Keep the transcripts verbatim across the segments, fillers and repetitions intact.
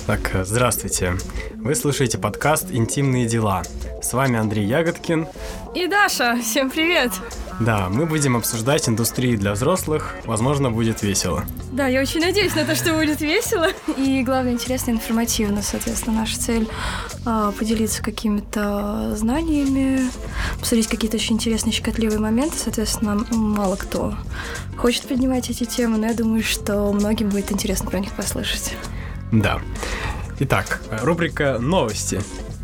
Так, здравствуйте. Вы слушаете подкаст «Интимные дела». С вами Андрей Ягодкин. И Даша. Всем привет. Да, мы будем обсуждать индустрию для взрослых. Возможно, будет весело. Да, я очень надеюсь на то, что будет весело. И, главное, интересно и информативно. Соответственно, наша цель а, поделиться какими-то знаниями, обсудить какие-то очень интересные, щекотливые моменты. Соответственно, мало кто хочет поднимать эти темы, но я думаю, что многим будет интересно про них послушать. Да. Итак, рубрика «Новости».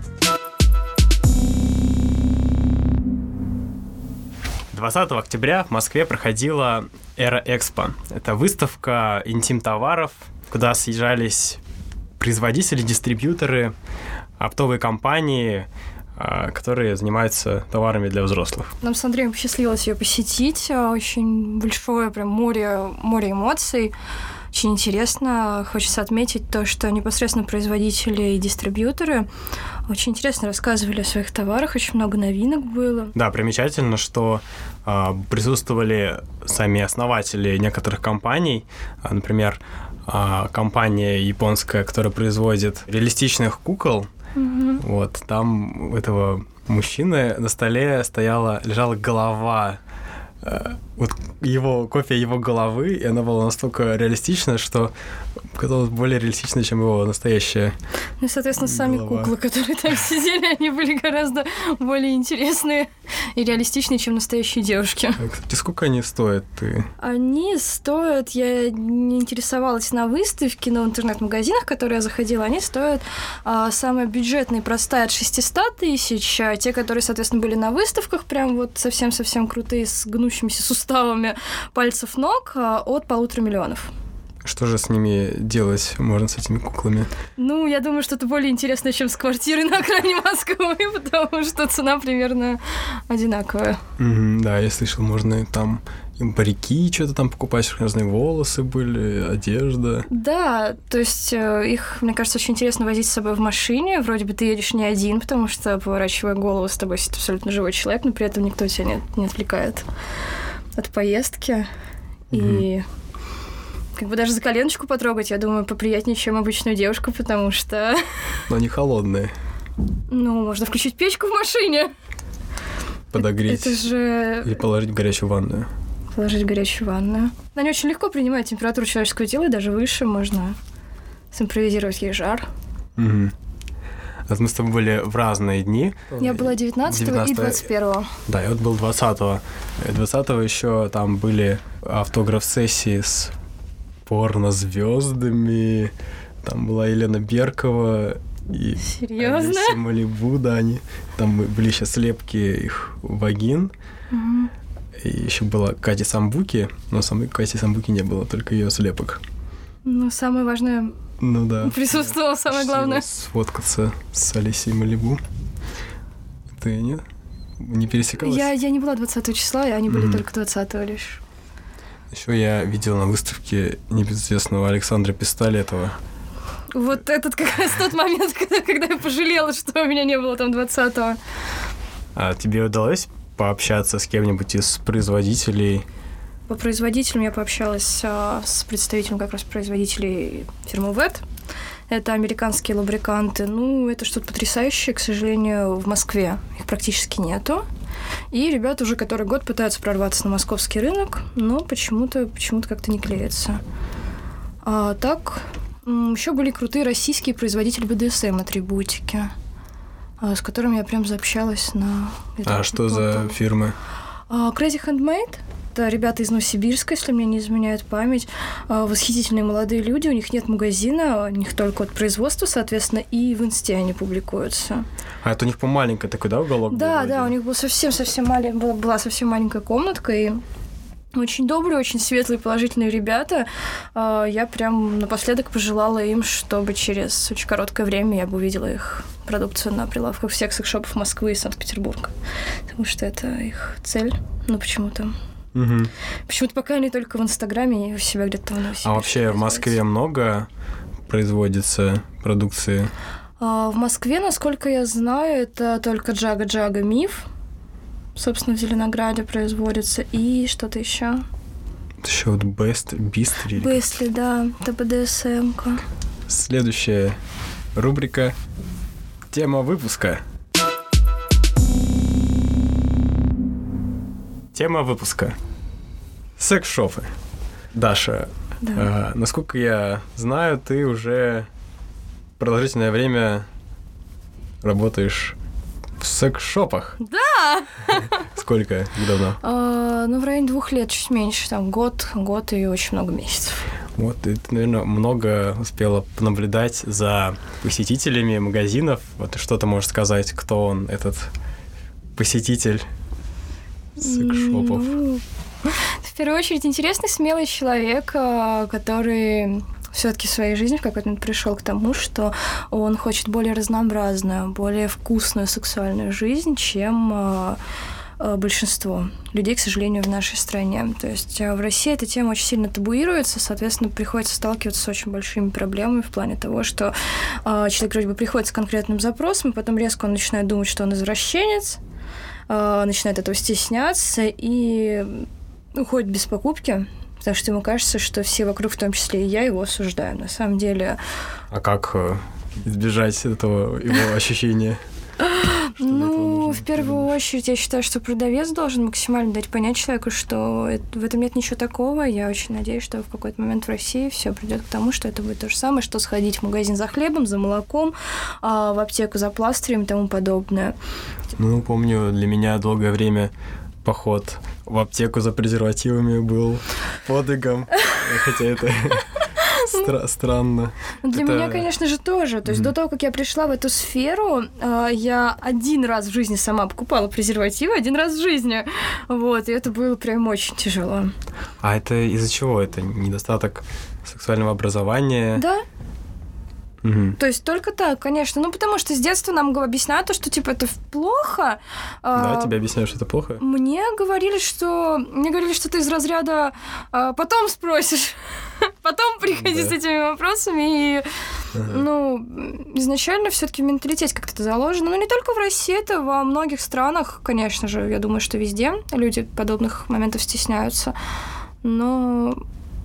двадцатого октября в Москве проходила Эра Экспо. Это выставка интим-товаров, куда съезжались производители, дистрибьюторы, оптовые компании, которые занимаются товарами для взрослых. Нам с Андреем посчастливилось ее посетить. Очень большое прям море, море эмоций. Очень интересно. Хочется отметить то, что непосредственно производители и дистрибьюторы очень интересно рассказывали о своих товарах, очень много новинок было. Да, примечательно, что э, присутствовали сами основатели некоторых компаний. Например, э, компания японская, которая производит реалистичных кукол. Mm-hmm. Вот, там у этого мужчины на столе стояла, лежала голова, вот его, копия его головы, и она была настолько реалистична, что казалось более реалистичной, чем его настоящая Ну и, соответственно, сами голова. Куклы, которые там сидели, они были гораздо более интересные и реалистичные, чем настоящие девушки. А, кстати, сколько они стоят? Ты? Они стоят, я не интересовалась на выставке, но в интернет-магазинах, в которые я заходила, они стоят а, самые бюджетные, простая от шестисот тысяч, а те, которые, соответственно, были на выставках, прям вот совсем-совсем крутые, с гнущимися суставами пальцев ног, а, от полутора миллионов. Что же с ними делать можно, с этими куклами? Ну, я думаю, что это более интересно, чем с квартирой на окраине Москвы, потому что цена примерно одинаковая. Mm-hmm, да, я слышал, можно там им парики что-то там покупать, разные волосы были, одежда. Да, то есть их, мне кажется, очень интересно возить с собой в машине. Вроде бы ты едешь не один, потому что, поворачивая голову, с тобой сидит абсолютно живой человек, но при этом никто тебя не, не отвлекает от поездки. Mm-hmm. И как бы даже за коленочку потрогать, я думаю, поприятнее, чем обычную девушку, потому что... Но они холодные. Ну, можно включить печку в машине. Подогреть. Это же... Или положить в горячую ванную. Положить в горячую ванную. Они очень легко принимают температуру человеческого тела, и даже выше можно симпровизировать ей жар. Угу. Вот мы с тобой были в разные дни. Я была девятнадцатого и двадцать первого. Да, я вот был двадцатого. двадцатого еще там были автограф-сессии с порнозвездами. Там была Елена Беркова и Серьезно? Алисия Малибу, да, они. Там были еще слепки их вагин. Угу. И еще была Катя Самбуки, но самой Кати Самбуки не было, только ее слепок. Ну, самое важное... Ну да. Присутствовало самое главное. Сфоткаться с Алисией Малибу. Ты нет? Не пересекалась? Я, я не была двадцатого числа, и они были mm-hmm. только двадцатого лишь. Еще я видел на выставке небезызвестного Александра Пистолетова. Вот этот как раз тот момент, когда, когда я пожалела, что у меня не было там двадцатого. А тебе удалось пообщаться с кем-нибудь из производителей? По производителям я пообщалась а, с представителем как раз производителей фирмы Вет. Это американские лубриканты. Ну, это что-то потрясающее. К сожалению, в Москве их практически нету. И ребята уже который год пытаются прорваться на московский рынок, но почему-то, почему-то как-то не клеится. А так, еще были крутые российские производители бэ дэ эс эм-атрибутики, с которыми я прям заобщалась на... А что за фирмы? Crazy Handmade. Это ребята из Новосибирска, если мне не изменяет память. Восхитительные молодые люди, у них нет магазина, у них только вот производство, соответственно, и в инсте они публикуются. А это у них по маленькой такой, да, уголок? Да, был, да, у них был совсем-совсем малень... была, была совсем маленькая комнатка, и очень добрые, очень светлые, положительные ребята. Я прям напоследок пожелала им, чтобы через очень короткое время я бы увидела их продукцию на прилавках всех секс-шопов Москвы и Санкт-Петербурга. Потому что это их цель, но почему-то... Угу. Почему-то пока они только в Инстаграме и у себя где-то в Новосибирске. А вообще в Москве много производится продукции? А, в Москве, насколько я знаю, это только Джага-Джага Миф. Собственно, в Зеленограде производится. И что-то еще. Это еще вот Best, Бистри. Бестли, да, это бэ дэ эс эм-ка. Следующая рубрика «Тема выпуска». Тема выпуска. Секс-шопы. Даша, Да. э, насколько я знаю, ты уже продолжительное время работаешь в секс-шопах. Да! Сколько? Давно? А, ну, в районе двух лет, чуть меньше. Там год, год и очень много месяцев. Вот, и ты, наверное, много успела понаблюдать за посетителями магазинов. Вот что ты можешь сказать, кто он, этот посетитель секс-шопов? Ну, в первую очередь, интересный, смелый человек, а, который все-таки в своей жизни в какой-то момент пришел к тому, что он хочет более разнообразную, более вкусную сексуальную жизнь, чем а, а, большинство людей, к сожалению, в нашей стране. То есть а, в России эта тема очень сильно табуируется, соответственно, приходится сталкиваться с очень большими проблемами в плане того, что а, человек вроде бы приходит с конкретным запросом, потом резко он начинает думать, что он извращенец, а, начинает этого стесняться и уходит без покупки, потому что ему кажется, что все вокруг, в том числе и я, его осуждаю. На самом деле... А как э, избежать этого его ощущения? Ну, в первую очередь, я считаю, что продавец должен максимально дать понять человеку, что в этом нет ничего такого. Я очень надеюсь, что в какой-то момент в России все придет к тому, что это будет то же самое, что сходить в магазин за хлебом, за молоком, в аптеку за пластырем и тому подобное. Ну, помню, для меня долгое время поход в аптеку за презервативами был подвигом, хотя это стра- странно. Для это... меня, конечно же, тоже. То есть mm-hmm. до того, как я пришла в эту сферу, я один раз в жизни сама покупала презервативы, один раз в жизни. Вот, и это было прям очень тяжело. А это из-за чего? Это недостаток сексуального образования? Да. Угу. То есть только так, конечно. Ну, потому что с детства нам объясняют, что, типа, это плохо. Да, а, тебе объясняют, что это плохо? Мне говорили, что... Мне говорили, что ты из разряда а, потом спросишь, потом приходи да. с этими вопросами. И, ага. ну, изначально все таки в менталитете как-то это заложено. Но не только в России, это во многих странах, конечно же. Я думаю, что везде люди подобных моментов стесняются. Но...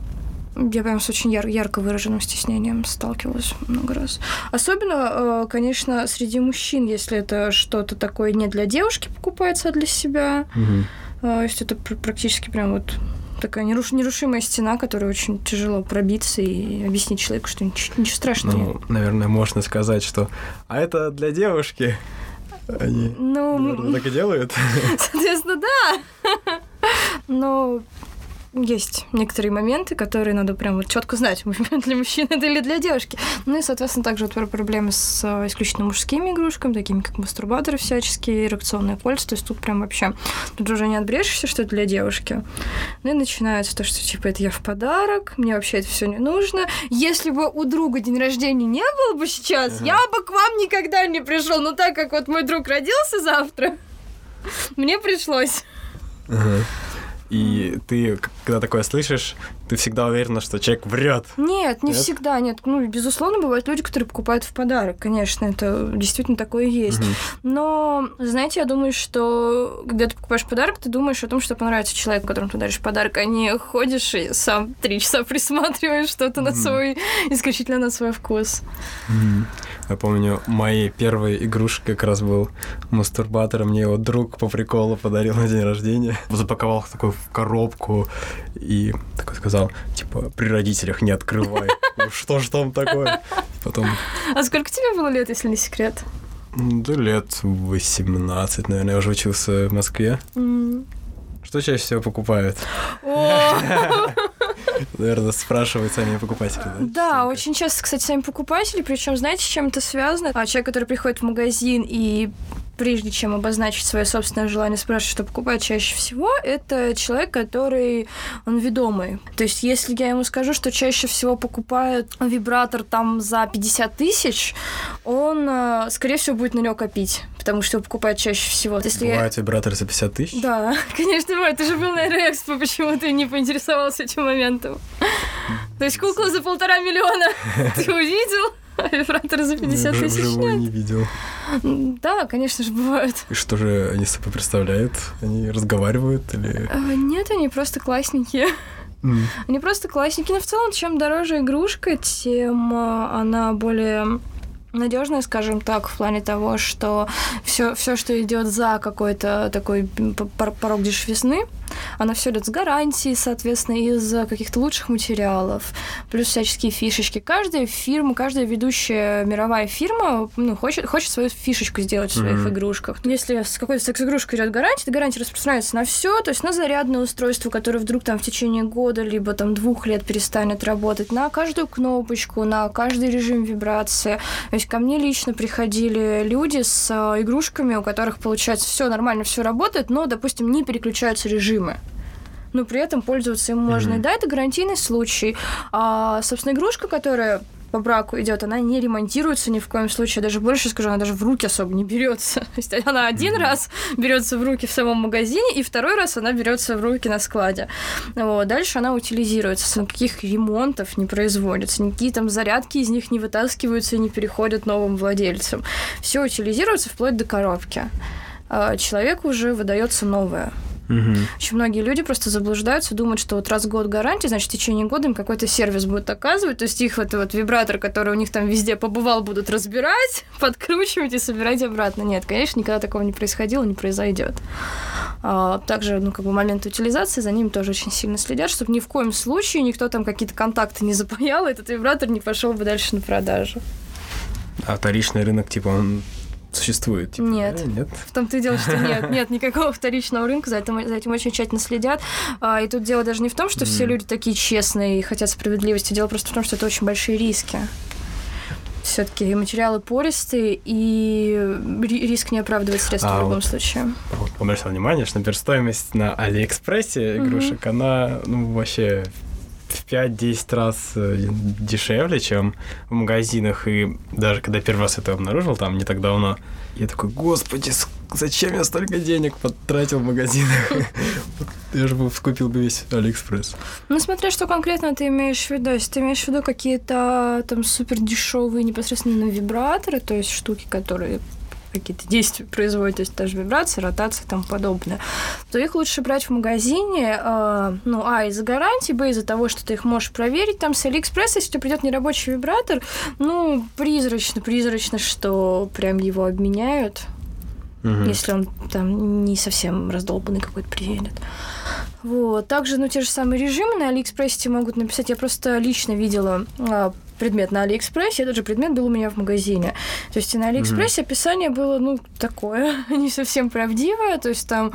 Я прям с очень яр- ярко выраженным стеснением сталкивалась много раз. Особенно, конечно, среди мужчин, если это что-то такое не для девушки покупается, а для себя. Угу. То есть это практически прям вот такая неруш- нерушимая стена, которой очень тяжело пробиться и объяснить человеку, что ничего, ничего страшного ну, нет. Наверное, можно сказать, что «а это для девушки». Они, ну, наверное, так и делают. Соответственно, да. Но... Есть некоторые моменты, которые надо прям вот четко знать, для мужчины это или для девушки. Ну и, соответственно, также вот проблемы с исключительно мужскими игрушками, такими как мастурбаторы всяческие, эрекционные кольца. То есть тут прям вообще... Тут уже не отбрешешься, что это для девушки. Ну и начинается то, что типа это я в подарок, мне вообще это все не нужно. Если бы у друга день рождения не было бы сейчас, ага. я бы к вам никогда не пришел. Но так как вот мой друг родился завтра, мне пришлось. Ага. И ты, когда такое слышишь, ты всегда уверена, что человек врет. Нет, не нет? всегда, нет. Ну, безусловно, бывают люди, которые покупают в подарок. Конечно, это действительно такое есть. Угу. Но, знаете, я думаю, что когда ты покупаешь подарок, ты думаешь о том, что понравится человеку, которому ты даришь подарок, а не ходишь и сам три часа присматриваешь что-то угу. на свой, исключительно на свой вкус. Угу. Я помню, моей первой игрушкой как раз был мастурбатор. Мне его друг по приколу подарил на день рождения. Запаковал такой в коробку и такой сказал, типа, при родителях не открывай. Что ж там такое? Потом... А сколько тебе было лет, если не секрет? Да лет восемнадцать, наверное. Я уже учился в Москве. Mm. Что чаще всего покупают? Наверное, спрашивают сами покупатели. Да, да очень часто, кстати, сами покупатели. Причем, знаете, с чем это связано? А человек, который приходит в магазин и прежде чем обозначить свое собственное желание, спрашивать, что покупать чаще всего, это человек, который, он ведомый. То есть, если я ему скажу, что чаще всего покупает вибратор там за пятьдесят тысяч, он, скорее всего, будет на него копить, потому что его покупает чаще всего. Если бывает я... вибратор за пятьдесят тысяч? Да, конечно, бывает. Ты же был на Аэроэкспо, почему ты не поинтересовался этим моментом? То есть кукла за полтора миллиона ты увидел? А вибраторы за пятьдесят тысяч нет. не видел. Да, конечно же, бывают. И что же они собой представляют? Они разговаривают или... Нет, они просто классненькие. Mm. Они просто классники. Но в целом, чем дороже игрушка, тем она более надежная, скажем так, в плане того, что все, все, что идет за какой-то такой порог дешевизны, оно все идет с гарантией, соответственно, из каких-то лучших материалов, плюс всяческие фишечки. Каждая фирма, каждая ведущая мировая фирма ну, хочет, хочет свою фишечку сделать в своих mm-hmm. игрушках. Если с какой-то секс-игрушкой идет гарантия, то гарантия распространяется на все, то есть на зарядное устройство, которое вдруг там в течение года либо там двух лет перестанет работать, на каждую кнопочку, на каждый режим вибрации. То есть ко мне лично приходили люди с игрушками, у которых, получается, все нормально, все работает, но, допустим, не переключаются режимы. Но при этом пользоваться им можно. Mm-hmm. И да, это гарантийный случай. А, собственно, игрушка, которая по браку идет, она не ремонтируется ни в коем случае. Даже больше скажу, она даже в руки особо не берется. То есть она один mm-hmm. раз берется в руки в самом магазине, и второй раз она берется в руки на складе. Вот. Дальше она утилизируется. Никаких ремонтов не производится, никакие там зарядки из них не вытаскиваются и не переходят новым владельцам. Все утилизируется вплоть до коробки. А человеку уже выдается новое. Угу. Очень многие люди просто заблуждаются, думают, что вот раз в год гарантия, значит, в течение года им какой-то сервис будут оказывать, то есть их вот, вот вибратор, который у них там везде побывал, будут разбирать, подкручивать и собирать обратно. Нет, конечно, никогда такого не происходило, не произойдет. А, также, ну, как бы момент утилизации, за ним тоже очень сильно следят, чтобы ни в коем случае никто там какие-то контакты не запаял, и этот вибратор не пошел бы дальше на продажу. А вторичный рынок, типа, он существует? Типа, нет. Да, нет. В том-то и дело, что нет. Нет никакого вторичного рынка, за этим, за этим очень тщательно следят. А, и тут дело даже не в том, что mm. все люди такие честные и хотят справедливости. Дело просто в том, что это очень большие риски. Все-таки материалы пористые, и риск не оправдывает средства а в любом вот случае. Обращал внимание, что, например, стоимость на Алиэкспрессе игрушек, mm-hmm. она ну, вообще в пять-десять раз дешевле, чем в магазинах. И даже когда первый раз это обнаружил, там не так давно, я такой, господи, зачем я столько денег потратил в магазинах? Я же купил бы весь Алиэкспресс. Ну, смотря что конкретно ты имеешь в виду. Если ты имеешь в виду какие-то там супер дешевые непосредственно вибраторы, то есть штуки, которые какие-то действия производят, то есть даже вибрации, ротации и тому подобное, то их лучше брать в магазине, э, ну, а, из-за гарантии, б, из-за того, что ты их можешь проверить, там, с Алиэкспресса, если у тебя придёт нерабочий вибратор, ну, призрачно-призрачно, что прям его обменяют, угу. если он там не совсем раздолбанный какой-то приедет. Вот. Также, ну, те же самые режимы на Алиэкспрессе могут написать. Я просто лично видела а, предмет на Алиэкспрессе, этот же предмет был у меня в магазине. То есть и на Алиэкспрессе mm-hmm. описание было, ну, такое, не совсем правдивое, то есть там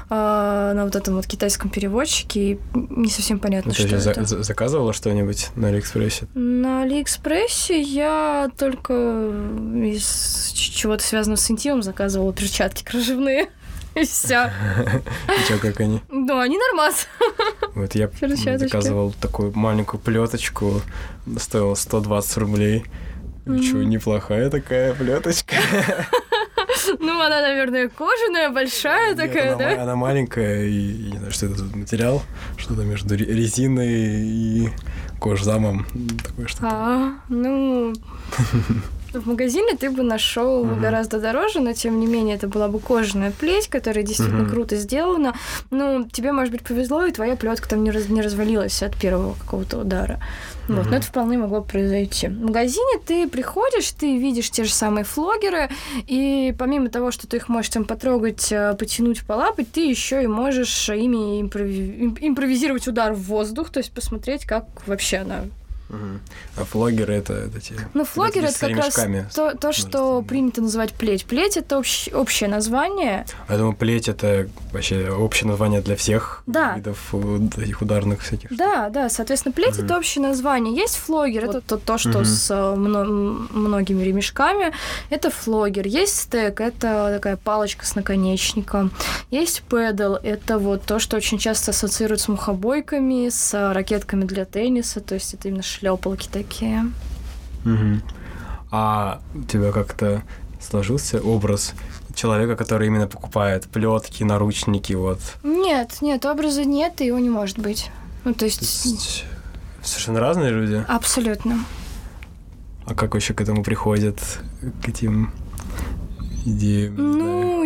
а, на вот этом вот китайском переводчике не совсем понятно, что это. Ты за- за- заказывала что-нибудь на Алиэкспрессе? На Алиэкспрессе я только из чего-то связанного с интимом заказывала перчатки кружевные. И все. И чё, как они? Ну, они нормас. Вот я заказывал такую маленькую плеточку, стоила сто двадцать рублей. Mm-hmm. Чё, неплохая такая плеточка. Ну, она, наверное, кожаная, большая такая, да? Она маленькая, и я не знаю, что это за материал, что-то между резиной и кожзамом. Такое что-то. А, ну... В магазине ты бы нашел uh-huh. гораздо дороже, но тем не менее это была бы кожаная плеть, которая действительно uh-huh. круто сделана. Ну, тебе, может быть, повезло, и твоя плетка там не, раз, не развалилась от первого какого-то удара. Uh-huh. Вот, но это вполне могло произойти. В магазине ты приходишь, ты видишь те же самые флогеры, и помимо того, что ты их можешь там потрогать, потянуть, полапать, ты еще и можешь ими импрови... импровизировать удар в воздух, то есть посмотреть, как вообще она... Угу. А флогеры это, это те... Ну, флогеры это как раз то, то что принято называть плеть. Плеть это общ, общее название. Я думаю, плеть это вообще общее название для всех да. видов этих ударных всяких. Да, да, соответственно, плеть угу. это общее название. Есть флогер, вот. это то, то что угу. с мно- многими ремешками. Это флогер. Есть стек, это такая палочка с наконечником. Есть педал, это вот то, что очень часто ассоциируют с мухобойками, с ракетками для тенниса, то есть это именно шлепалки такие. Угу. А у тебя как-то сложился образ человека, который именно покупает плетки, наручники, вот? Нет, нет, образа нет, и его не может быть. Ну, то есть... То есть совершенно разные люди? Абсолютно. А как вообще к этому приходят, к этим идеям? Ну,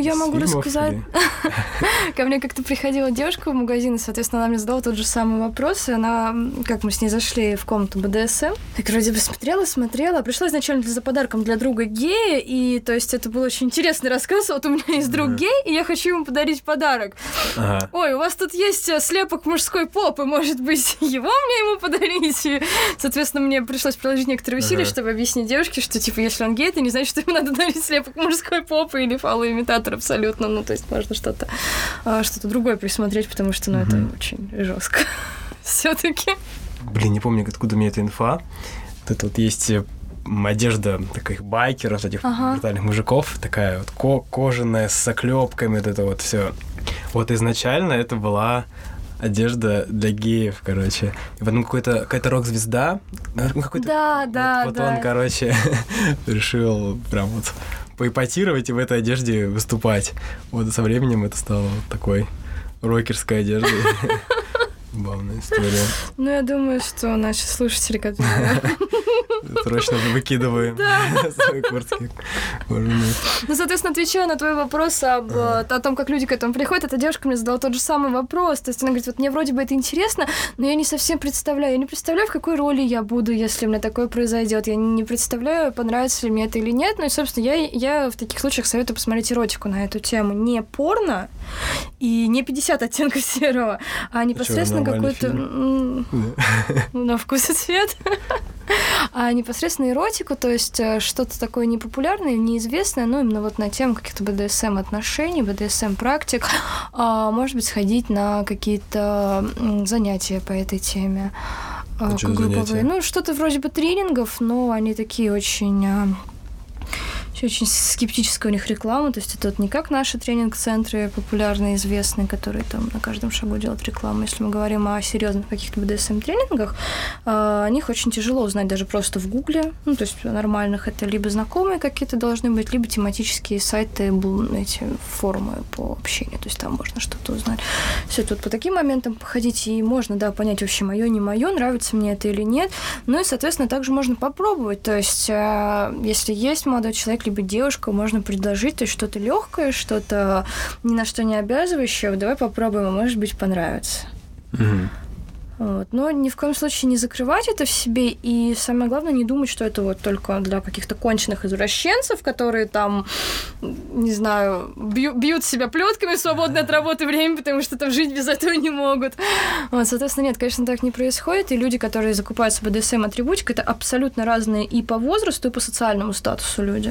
я могу фильмов рассказать. Или... Ко мне как-то приходила девушка в магазин, и, соответственно, она мне задала тот же самый вопрос, и она, как мы с ней зашли в комнату бэ дэ эс эм, я вроде бы смотрела, смотрела, пришла изначально за подарком для друга гея, и, то есть, это был очень интересный рассказ, вот у меня есть друг mm-hmm. гей, и я хочу ему подарить подарок. Ага. Ой, у вас тут есть слепок мужской попы, может быть, его мне ему подарить? И, соответственно, мне пришлось приложить некоторые усилия, ага. чтобы объяснить девушке, что, типа, если он гей, это не значит, что ему надо дарить слепок мужской попы или фалоимитатор абсолютно, ну, то есть можно что-то, что-то другое присмотреть, потому что, ну, mm-hmm. это очень жестко все-таки. Блин, не помню, откуда у меня эта инфа. Вот это вот есть одежда таких байкеров, этих ага. брутальных мужиков, такая вот ко- кожаная с заклепками, вот это вот все. Вот изначально это была одежда для геев, короче. И потом какой-то, какая-то рок-звезда, какой-то... Да, да, вот, да. Вот он, короче, решил прям вот поэпатировать и в этой одежде выступать. Вот со временем это стало вот такой рокерской одеждой. Забавная история. Ну, я думаю, что наши слушатели, которые... Срочно выкидываем свои куртки. Ну, соответственно, отвечая на твой вопрос об, о том, как люди к этому приходят, эта девушка мне задала тот же самый вопрос. То есть она говорит, вот мне вроде бы это интересно, но я не совсем представляю. Я не представляю, в какой роли я буду, если у меня такое произойдет. Я не представляю, понравится ли мне это или нет. Ну и, собственно, я, я в таких случаях советую посмотреть эротику на эту тему. Не порно и не пятьдесят оттенков серого, а непосредственно какой-то... На вкус и цвет. А непосредственно эротику, то есть что-то такое непопулярное, неизвестное, ну, именно вот на тему каких-то бэ дэ эс эм-отношений, бэ дэ эс эм-практик, а, может быть, сходить на какие-то занятия по этой теме. А что групповые. Занятия? Ну, что-то вроде бы тренингов, но они такие очень... Очень скептическая у них реклама, то есть это вот не как наши тренинг-центры популярные, известные, которые там на каждом шагу делают рекламу. Если мы говорим о серьезных каких-то бэ дэ эс эм-тренингах, о них очень тяжело узнать даже просто в Гугле, ну, то есть нормальных это либо знакомые какие-то должны быть, либо тематические сайты, эти форумы по общению, то есть там можно что-то узнать. Все тут по таким моментам походить, и можно, да, понять вообще моё, не моё, нравится мне это или нет. Ну и, соответственно, также можно попробовать, то есть если есть молодой человек, либо девушка, можно предложить, то есть что-то легкое, что-то ни на что не обязывающее, давай попробуем, а может быть, понравится. Mm-hmm. Вот. Но ни в коем случае не закрывать это в себе, и самое главное, не думать, что это вот только для каких-то конченых извращенцев, которые там, не знаю, бью, бьют себя плетками в свободное от работы время, потому что там жить без этого не могут. Вот, соответственно, нет, конечно, так не происходит, и люди, которые закупаются бэ дэ эс эм-атрибутикой, это абсолютно разные и по возрасту, и по социальному статусу люди.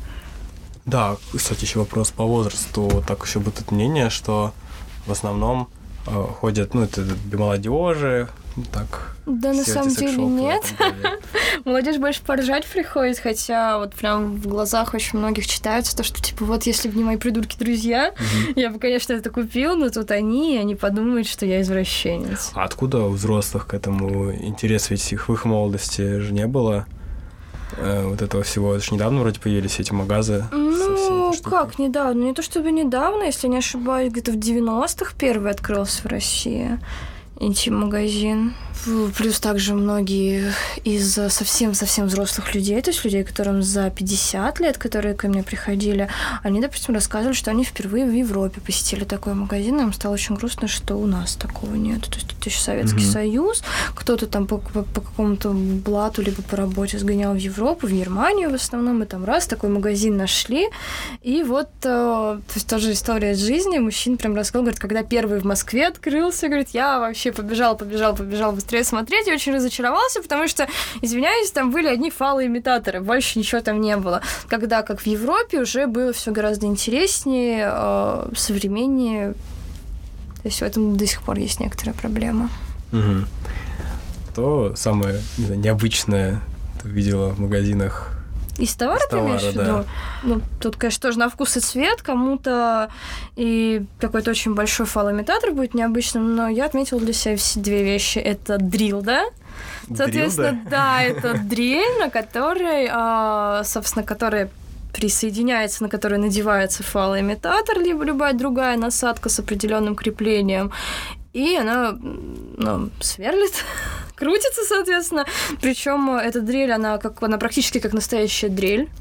Да, кстати, еще вопрос по возрасту. Так еще бытует мнение, что в основном э, ходят, ну, это молодежи, так. Да, на самом деле нет. Молодежь больше поржать приходит, хотя вот прям в глазах очень многих читается то, что типа вот если бы не мои придурки-друзья, я бы, конечно, это купил, но тут они, и они подумают, что я извращенец. А откуда у взрослых к этому интерес? Ведь их в их молодости же не было. Вот этого всего. Это же недавно вроде появились эти магазы. Ну, как недавно? Не то чтобы недавно, если не ошибаюсь, где-то в девяностых первый открылся в России интим-магазин. Плюс также многие из совсем-совсем взрослых людей, то есть людей, которым за пятьдесят лет, которые ко мне приходили, они, допустим, рассказывали, что они впервые в Европе посетили такой магазин, и им стало очень грустно, что у нас такого нет. То есть это еще Советский mm-hmm. Союз, кто-то там по, по, по какому-то блату либо по работе сгонял в Европу, в Германию в основном, и там раз такой магазин нашли, и вот, э, то есть тоже история из жизни, мужчина прям рассказал, говорит, когда первый в Москве открылся, говорит, я вообще побежал, побежал, побежал быстрее смотреть, и очень разочаровался, потому что, извиняюсь, там были одни фалоимитаторы, больше ничего там не было. Когда, как в Европе, уже было все гораздо интереснее, э, современнее. То есть в этом до сих пор есть некоторая проблема. Угу. То самое не знаю, необычное ты видела в магазинах? Из товара, Из ты товара, имеешь в виду? да. Ну, тут, конечно, тоже на вкус и цвет. Кому-то и какой-то очень большой фалоимитатор будет необычным, но я отметила для себя все две вещи. Это дрил, да? Соответственно, Дрил, да? да, это дрель, на которой, собственно, которая присоединяется, на которой надевается фалоимитатор, либо любая другая насадка с определенным креплением. И она, ну, сверлит, крутится, соответственно. Причем эта дрель, она, как, она практически как настоящая дрель.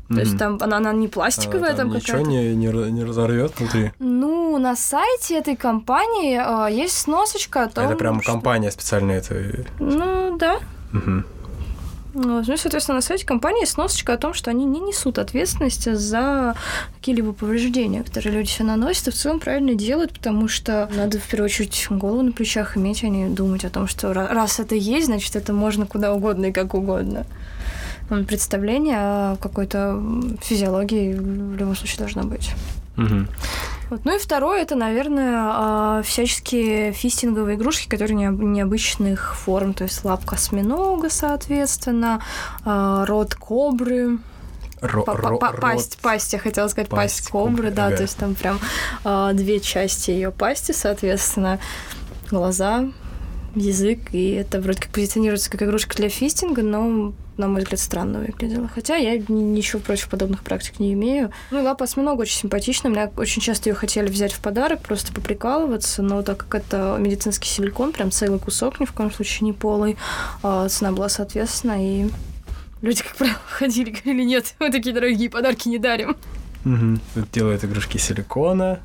Mm-hmm. То есть там она, она не пластиковая, а, там, там ничего какая-то... не, не, не разорвет внутри? Ну, на сайте этой компании э, есть сносочка о том, а это прям что... компания специальная? Это... Ну, да. Угу. Вот. Ну, соответственно, на сайте компании есть сносочка о том, что они не несут ответственности за какие-либо повреждения, которые люди себе наносят, и в целом правильно делают, потому что надо, в первую очередь, голову на плечах иметь, а не думать о том, что раз это есть, значит, это можно куда угодно и как угодно. Представление о какой-то физиологии в любом случае должно быть. Угу. Вот. Ну и второе, это, наверное, всяческие фистинговые игрушки, которые необычных форм, то есть лапка осьминога, соответственно, рот кобры. Ро- ро- пасть, пасть, я хотела сказать, пасть, пасть кобры, кобры, да, ага. То есть там прям две части ее пасти, соответственно, глаза, язык, и это вроде как позиционируется как игрушка для фистинга, но, на мой взгляд, странно выглядело. Хотя я ничего против подобных практик не имею. Ну и лапа осьминога очень симпатичная. Мне очень часто ее хотели взять в подарок, просто поприкалываться, но так как это медицинский силикон, прям целый кусок, ни в коем случае не полый, цена была соответственно, и люди, как правило, ходили и говорили, нет, мы такие дорогие подарки не дарим. Угу. Тут делают игрушки силикона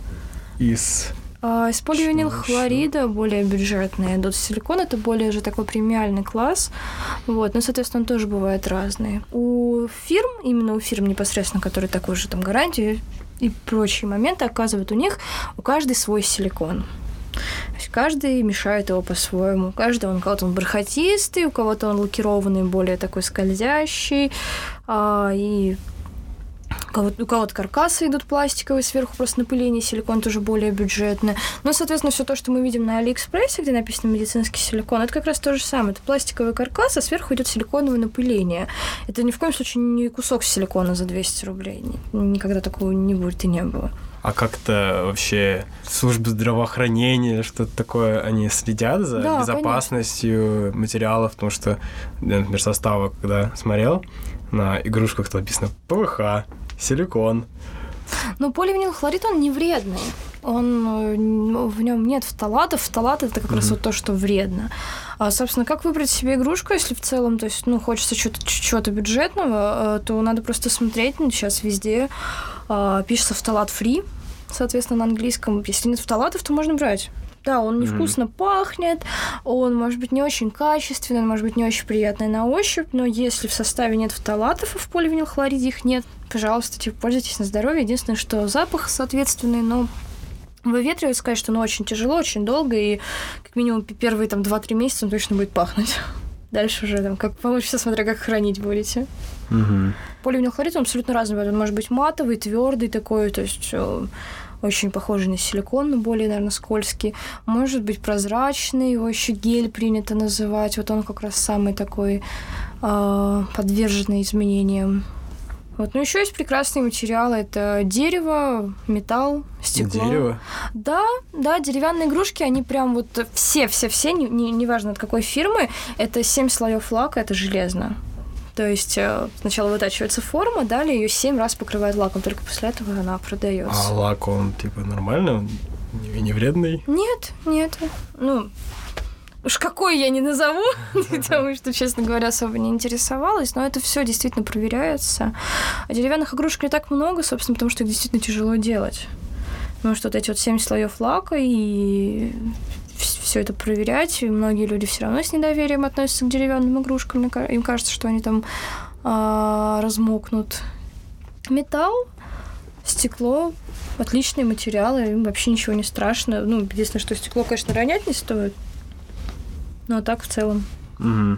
из... Из поливинилхлорида более бюджетные. Дотсиликон — это более же такой премиальный класс. Вот. Но, соответственно, он тоже бывает разные. У фирм, именно у фирм непосредственно, которые такую же там гарантию и прочие моменты оказывают, у них у каждой свой силикон. То есть каждый мешает его по-своему. У каждого он, у кого-то он бархатистый, у кого-то он лакированный, более такой скользящий. А, и У кого-то, у кого-то каркасы идут пластиковые, сверху просто напыление, силикон тоже более бюджетное. Ну, соответственно, все то, что мы видим на Алиэкспрессе, где написано медицинский силикон, это как раз то же самое. Это пластиковый каркас, а сверху идет силиконовое напыление. Это ни в коем случае не кусок силикона за двести рублей. Никогда такого не будет и не было. А как-то вообще службы здравоохранения или что-то такое, они следят за да, безопасностью конечно. Материалов? Потому что, например, состава, когда смотрел, на игрушках там написано ПВХ, силикон. Ну, поливинилхлорид, он не вредный. Он, в нем нет фталатов. Фталаты — это как mm-hmm. раз вот то, что вредно. А, собственно, как выбрать себе игрушку, если в целом, то есть, ну, хочется чего-то, чего-то бюджетного, то надо просто смотреть. Ну, сейчас везде а, пишется фталат free, соответственно, на английском. Если нет фталатов, то можно брать. Да, он невкусно mm-hmm. пахнет, он, может быть, не очень качественный, он, может быть, не очень приятный на ощупь, но если в составе нет фталатов, а в поливинилхлориде их нет, пожалуйста, типа, пользуйтесь на здоровье. Единственное, что запах соответственный, но выветривать, сказать, что ну, очень тяжело, очень долго, и как минимум первые там два-три месяца он точно будет пахнуть. Дальше уже там как получится, смотря как хранить будете. Mm-hmm. Поливинилхлорид, он абсолютно разный. Он может быть матовый, твердый такой, то есть очень похожий на силикон, но более, наверное, скользкий. Может быть прозрачный, его еще гель принято называть. Вот он как раз самый такой э, подверженный изменениям. Вот. Но еще есть прекрасные материалы. Это дерево, металл, стекло. Дерево? Да, да, деревянные игрушки, они прям вот все-все-все, неважно не, не, не от какой фирмы, это семь слоев лака, это железно. То есть сначала вытачивается форма, далее ее семь раз покрывают лаком, только после этого она продается. А лак, он типа нормальный, он не, не вредный? Нет, нет. Ну, уж какой я не назову, потому что, честно говоря, особо не интересовалась, но это все действительно проверяется. А деревянных игрушек не так много, собственно, потому что их действительно тяжело делать. Потому что вот эти вот семь слоев лака и все это проверять, и многие люди все равно с недоверием относятся к деревянным игрушкам. Им кажется, что они там а, размокнут. Металл, стекло, отличные материалы, им вообще ничего не страшно. Ну, единственное, что стекло, конечно, ронять не стоит, но так в целом. Угу.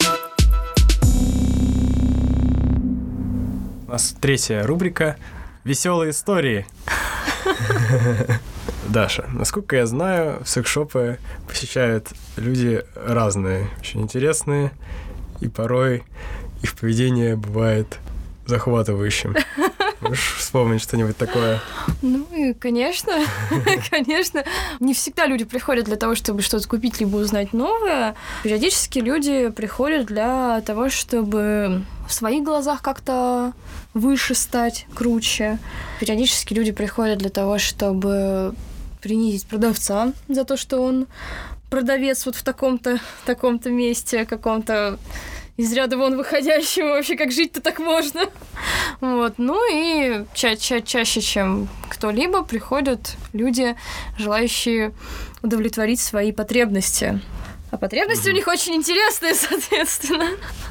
У нас третья рубрика «Веселые истории». Даша, насколько я знаю, секс-шопы посещают люди разные, очень интересные, и порой их поведение бывает захватывающим. Можешь вспомнить что-нибудь такое? Ну, и, конечно, конечно. Не всегда люди приходят для того, чтобы что-то купить, либо узнать новое. Периодически люди приходят для того, чтобы в своих глазах как-то выше стать, круче. Периодически люди приходят для того, чтобы принизить продавца за то, что он продавец вот в таком-то, таком-то месте, каком-то из ряда вон выходящего, вообще как жить-то так можно. Вот. Ну и ча- ча- чаще, чем кто-либо, приходят люди, желающие удовлетворить свои потребности. А потребности mm-hmm. у них очень интересные, соответственно.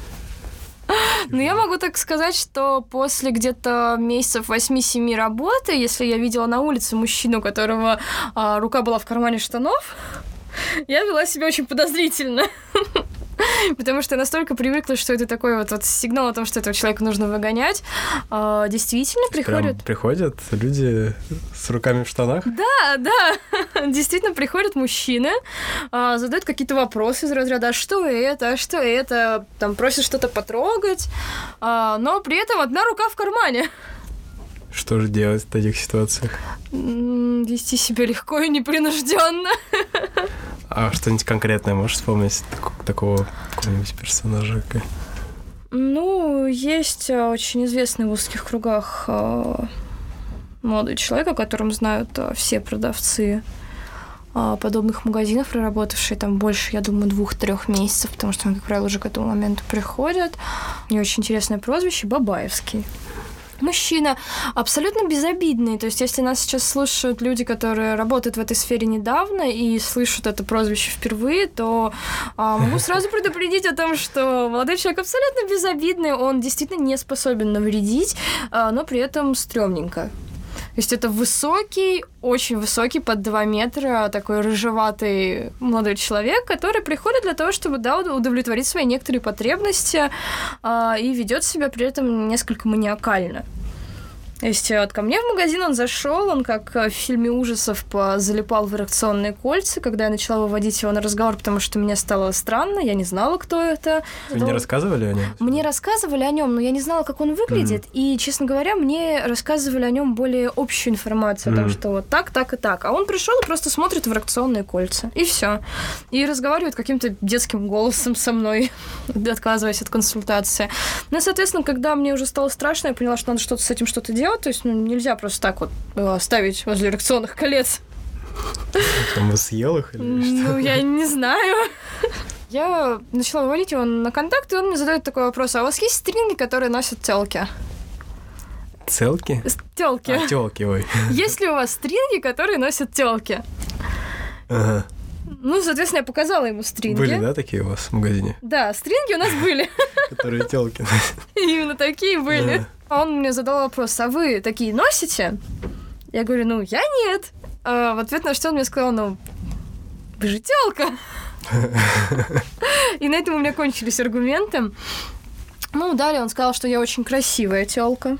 Но я могу так сказать, что после где-то месяцев восьми-семи работы, если я видела на улице мужчину, у которого а, рука была в кармане штанов, я вела себя очень подозрительно. Потому что я настолько привыкла, что это такой вот, вот сигнал о том, что этого человека нужно выгонять. А, действительно приходят... Прям приходят люди с руками в штанах? Да, да. Действительно приходят мужчины, а, задают какие-то вопросы из разряда, а что это, а что это, там просят что-то потрогать, а, но при этом одна рука в кармане. Что же делать в таких ситуациях? Вести себя легко и непринужденно. А что-нибудь конкретное можешь вспомнить так- такого какого-нибудь персонажа? Ну, есть очень известный в узких кругах молодой человек, о котором знают все продавцы подобных магазинов, проработавшие там больше, я думаю, двух-трех месяцев, потому что они, как правило, уже к этому моменту приходят. У него очень интересное прозвище — Бабаевский. Мужчина абсолютно безобидный. То есть, если нас сейчас слушают люди, которые работают в этой сфере недавно и слышат это прозвище впервые, то а, могу сразу предупредить о том, что молодой человек абсолютно безобидный, он действительно не способен навредить, а, но при этом стрёмненько. То есть это высокий, очень высокий, под два метра, такой рыжеватый молодой человек, который приходит для того, чтобы, да, удовлетворить свои некоторые потребности э, и ведет себя при этом несколько маниакально. То есть вот ко мне в магазин он зашел, он как в фильме ужасов залипал в эрекционные кольца, когда я начала выводить его на разговор, потому что мне стало странно, я не знала, кто это. Вы не рассказывали о нем? Мне рассказывали о нем, но я не знала, как он выглядит, mm-hmm. и, честно говоря, мне рассказывали о нем более общую информацию, mm-hmm. о том, что вот так, так и так. А он пришел и просто смотрит в эрекционные кольца, и все. И разговаривает каким-то детским голосом со мной, отказываясь от консультации. Ну, соответственно, когда мне уже стало страшно, я поняла, что надо что-то с этим что-то делать. То есть, ну, нельзя просто так вот э, ставить возле эрекционных колец. Он бы съел их или что? Ну, я не знаю. Я начала выводить его на контакт, и он мне задает такой вопрос: а у вас есть стринги, которые носят тёлки? Целки? Тёлки. А, тёлки, ой. Есть ли у вас стринги, которые носят тёлки? Ага. Ну, соответственно, я показала ему стринги. Были, да, такие у вас в магазине? Да, стринги у нас были. Которые тёлки. Именно такие были. А он мне задал вопрос: а вы такие носите? Я говорю: ну, я нет. А в ответ на что он мне сказал: ну, вы же тёлка. И на этом у меня кончились аргументы. Ну, далее он сказал, что я очень красивая тёлка.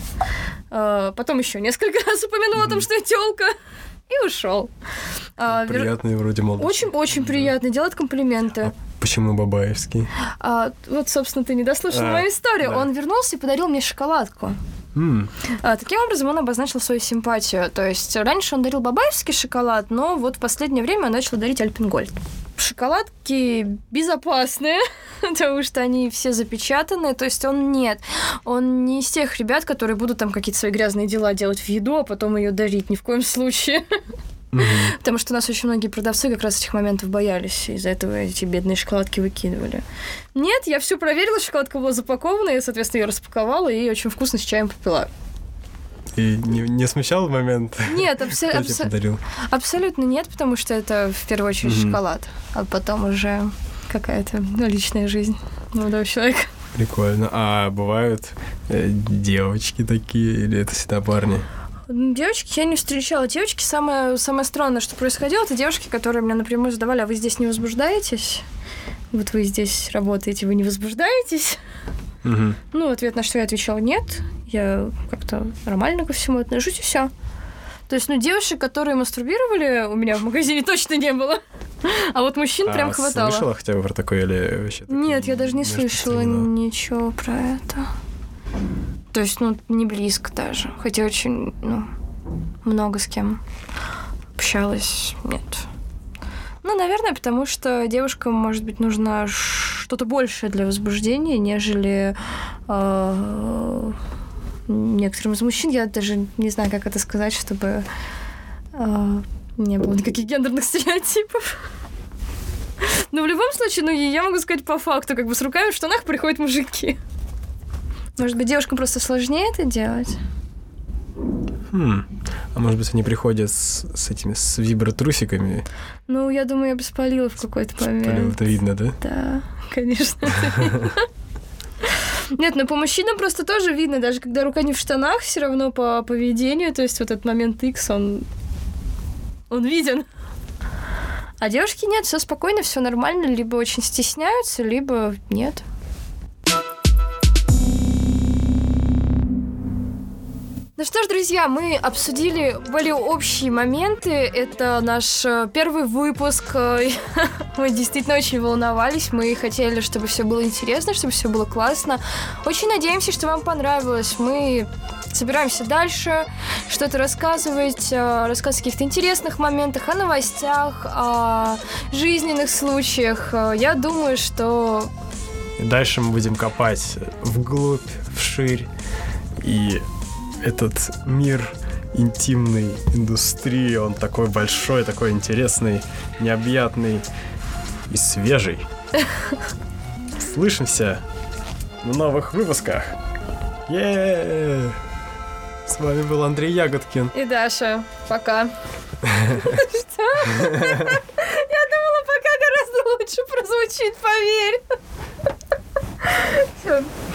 А потом еще несколько раз упомянул о том, что я тёлка. И ушел. Приятный а, вроде молодой. Очень-очень да. приятный, делает комплименты. А почему Бабаевский? А, вот, собственно, ты не дослушал а, мою историю. Да. Он вернулся и подарил мне шоколадку. Mm. А, таким образом, он обозначил свою симпатию. То есть раньше он дарил бабаевский шоколад, но вот в последнее время он начал дарить Альпенгольд. Шоколадки безопасные, потому что они все запечатаны. То есть он нет. Он не из тех ребят, которые будут там какие-то свои грязные дела делать в еду, а потом ее дарить. Ни в коем случае. Mm-hmm. Потому что у нас очень многие продавцы как раз этих моментов боялись. Из-за этого эти бедные шоколадки выкидывали. Нет, я все проверила, шоколадка была запакована, я, соответственно, ее распаковала и очень вкусно с чаем попила. И не, не смущал момент? Нет, абсо- абсо- абсолютно нет, потому что это в первую очередь mm-hmm. шоколад, а потом уже какая-то ну, личная жизнь молодого человека. Прикольно. А бывают э, девочки такие или это всегда парни? Девочки я не встречала. Девочки, самое, самое странное, что происходило, это девушки, которые меня напрямую задавали: а вы здесь не возбуждаетесь? Вот вы здесь работаете, вы не возбуждаетесь? Угу. Ну, ответ на что я отвечала: нет, я как-то нормально ко всему отношусь, и все. То есть, ну, девушек, которые мастурбировали, у меня в магазине точно не было. А вот мужчин а прям хватало. Слышала хотя бы про такое или вообще? Нет, я даже не слышала ничего про это. То есть, ну, не близко даже. Хотя очень, ну, много с кем общалась. Нет. Ну, наверное, потому что девушкам, может быть, нужно что-то большее для возбуждения, нежели э, некоторым из мужчин. Я даже не знаю, как это сказать, чтобы э, не было никаких гендерных стереотипов. Но в любом случае, ну, я могу сказать по факту, как бы с руками в штанах приходят мужики. Может быть, девушкам просто сложнее это делать? Хм. А может быть, они приходят с, с этими, с вибротрусиками? Ну, я думаю, я бы спалила в какой-то момент. Спалила, это видно, да? Да, конечно. Нет, ну по мужчинам просто тоже видно, даже когда рука не в штанах, все равно по поведению, то есть вот этот момент X, он, он виден. А девушки нет, все спокойно, все нормально, либо очень стесняются, либо нет. Ну что ж, друзья, мы обсудили более общие моменты. Это наш первый выпуск. Мы действительно очень волновались. Мы хотели, чтобы все было интересно, чтобы все было классно. Очень надеемся, что вам понравилось. Мы собираемся дальше что-то рассказывать, рассказывать о каких-то интересных моментах, о новостях, о жизненных случаях. Я думаю, что... И дальше мы будем копать вглубь, вширь. И этот мир интимной индустрии, он такой большой, такой интересный, необъятный и свежий. Слышимся в новых выпусках. Е-е-е! С вами был Андрей Ягодкин. И Даша. Пока. Что? Я думала, пока гораздо лучше прозвучит, поверь. Все.